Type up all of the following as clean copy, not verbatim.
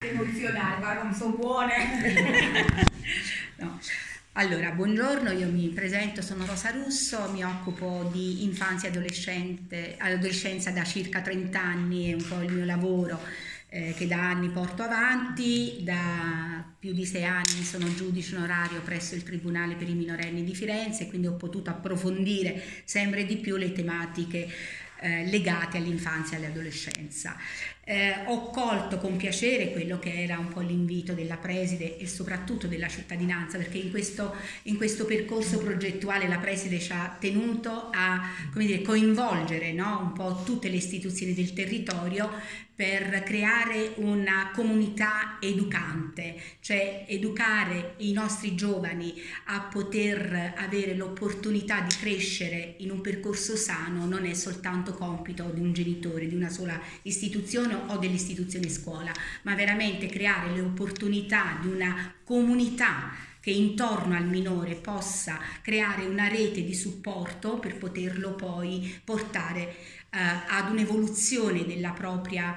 Emozionale, ma non so buone. No. Allora, buongiorno, io mi presento, sono Rosa Russo, mi occupo di infanzia e adolescenza da circa 30 anni, è un po' il mio lavoro che da anni porto avanti. Da più di 6 anni sono giudice onorario presso il Tribunale per i minorenni di Firenze, quindi ho potuto approfondire sempre di più le tematiche legate all'infanzia e all'adolescenza. Ho colto con piacere quello che era un po' l'invito della preside e soprattutto della cittadinanza, perché in questo percorso progettuale la preside ci ha tenuto a, come dire, coinvolgere, no? Un po' tutte le istituzioni del territorio per creare una comunità educante, cioè educare i nostri giovani a poter avere l'opportunità di crescere in un percorso sano non è soltanto compito di un genitore, di una sola istituzione o dell'istituzione scuola, ma veramente creare le opportunità di una comunità che intorno al minore possa creare una rete di supporto per poterlo poi portare ad un'evoluzione della propria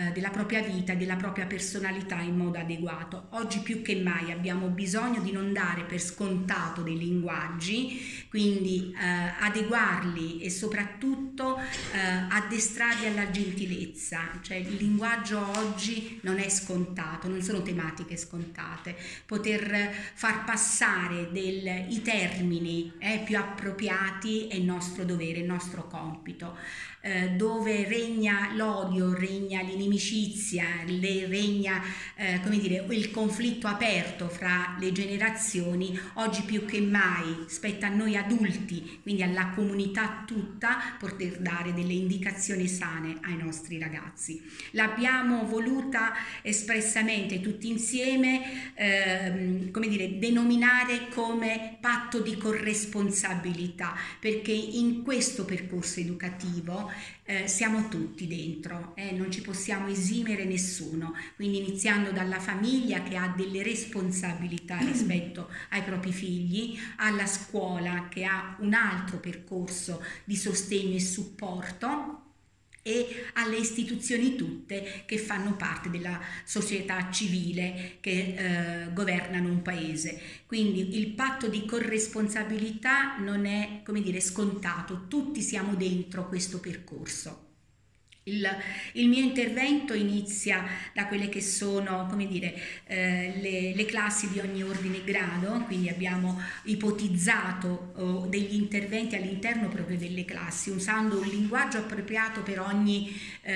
vita, della propria personalità in modo adeguato. Oggi più che mai abbiamo bisogno di non dare per scontato dei linguaggi, quindi adeguarli e soprattutto addestrarli alla gentilezza, cioè il linguaggio oggi non è scontato, non sono tematiche scontate, poter far passare i termini più appropriati è il nostro dovere, il nostro compito. Dove regna l'odio, regna l'inimicizia, regna come dire, il conflitto aperto fra le generazioni, oggi più che mai spetta a noi adulti, quindi alla comunità tutta, poter dare delle indicazioni sane ai nostri ragazzi. L'abbiamo voluta espressamente tutti insieme come dire, denominare come patto di corresponsabilità, perché in questo percorso educativo siamo tutti dentro, non ci possiamo esimere nessuno, quindi iniziando dalla famiglia che ha delle responsabilità rispetto ai propri figli, alla scuola che ha un altro percorso di sostegno e supporto, e alle istituzioni tutte che fanno parte della società civile che governano un paese. Quindi il patto di corresponsabilità non è, come dire, scontato, tutti siamo dentro questo percorso. Il mio intervento inizia da quelle che sono, come dire, le classi di ogni ordine e grado, quindi abbiamo ipotizzato degli interventi all'interno proprio delle classi, usando un linguaggio appropriato per ogni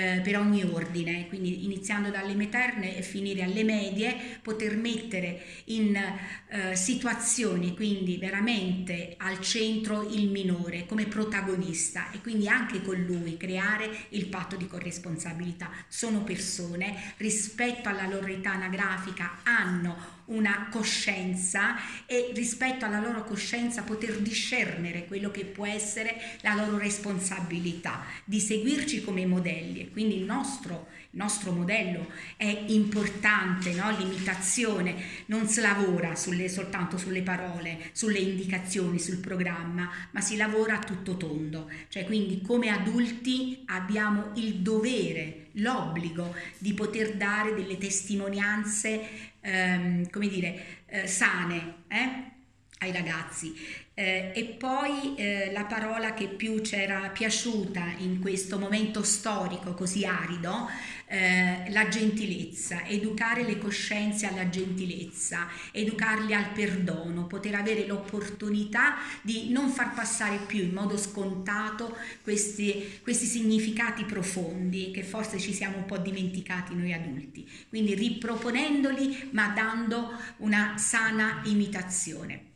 ordine, quindi iniziando dalle materne e finire alle medie, poter mettere in situazioni, quindi veramente al centro il minore come protagonista e quindi anche con lui creare il patto di corresponsabilità. Sono persone, rispetto alla loro età anagrafica hanno una coscienza e rispetto alla loro coscienza poter discernere quello che può essere la loro responsabilità, di seguirci come modelli, e quindi il nostro modello è importante, no? L'imitazione, non si lavora soltanto sulle parole, sulle indicazioni, sul programma, ma si lavora a tutto tondo, cioè quindi come adulti abbiamo il dovere, l'obbligo di poter dare delle testimonianze come dire, sane ai ragazzi. E poi la parola che più ci era piaciuta in questo momento storico così arido, la gentilezza, educare le coscienze alla gentilezza, educarli al perdono, poter avere l'opportunità di non far passare più in modo scontato questi significati profondi che forse ci siamo un po' dimenticati noi adulti, quindi riproponendoli ma dando una sana imitazione.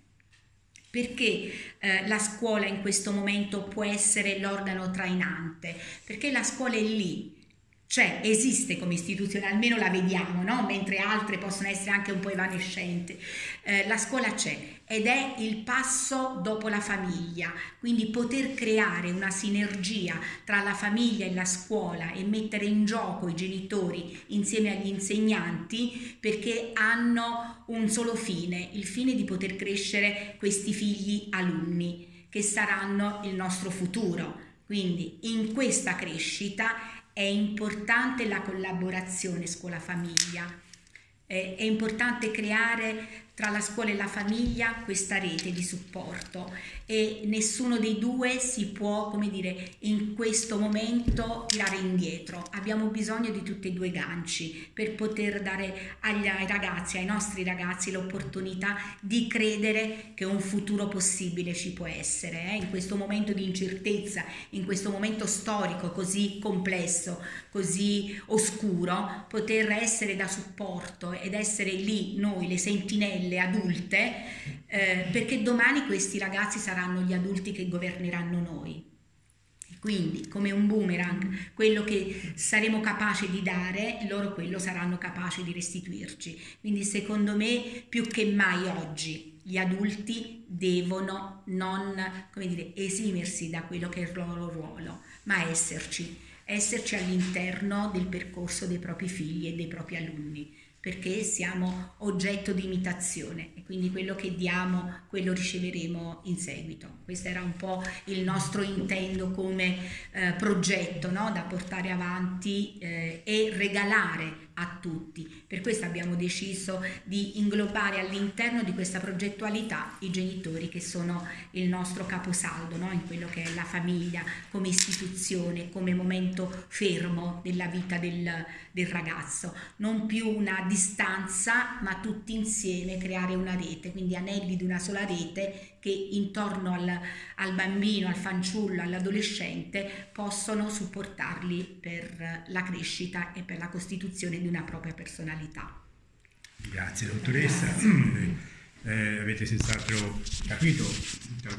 Perché la scuola in questo momento può essere l'organo trainante? Perché la scuola è lì, cioè esiste come istituzione, almeno la vediamo, no? Mentre altre possono essere anche un po' evanescenti. La scuola c'è ed è il passo dopo la famiglia, quindi poter creare una sinergia tra la famiglia e la scuola e mettere in gioco i genitori insieme agli insegnanti, perché hanno un solo fine, il fine di poter crescere questi figli alunni che saranno il nostro futuro. Quindi in questa crescita è importante la collaborazione scuola-famiglia, È importante creare tra la scuola e la famiglia questa rete di supporto e nessuno dei due si può, come dire, in questo momento tirare indietro. Abbiamo bisogno di tutti e due i ganci per poter dare ai ragazzi, ai nostri ragazzi, l'opportunità di credere che un futuro possibile ci può essere. In questo momento di incertezza, in questo momento storico così complesso, così oscuro, poter essere da supporto ed essere lì noi, le sentinelle adulte, perché domani questi ragazzi saranno gli adulti che governeranno noi. Quindi, come un boomerang, quello che saremo capaci di dare, loro quello saranno capaci di restituirci. Quindi, secondo me, più che mai oggi, gli adulti devono non, come dire, esimersi da quello che è il loro ruolo, ma esserci all'interno del percorso dei propri figli e dei propri alunni, perché siamo oggetto di imitazione e quindi quello che diamo, quello riceveremo in seguito. Questo era un po' il nostro intento come progetto, no? Da portare avanti e regalare a tutti. Per questo abbiamo deciso di inglobare all'interno di questa progettualità i genitori, che sono il nostro caposaldo, no? In quello che è la famiglia come istituzione, come momento fermo della vita del ragazzo. Non più una distanza, ma tutti insieme creare una rete, quindi anelli di una sola rete che intorno al bambino, al fanciullo, all'adolescente possono supportarli per la crescita e per la costituzione di una propria personalità. Grazie dottoressa. Avete senz'altro capito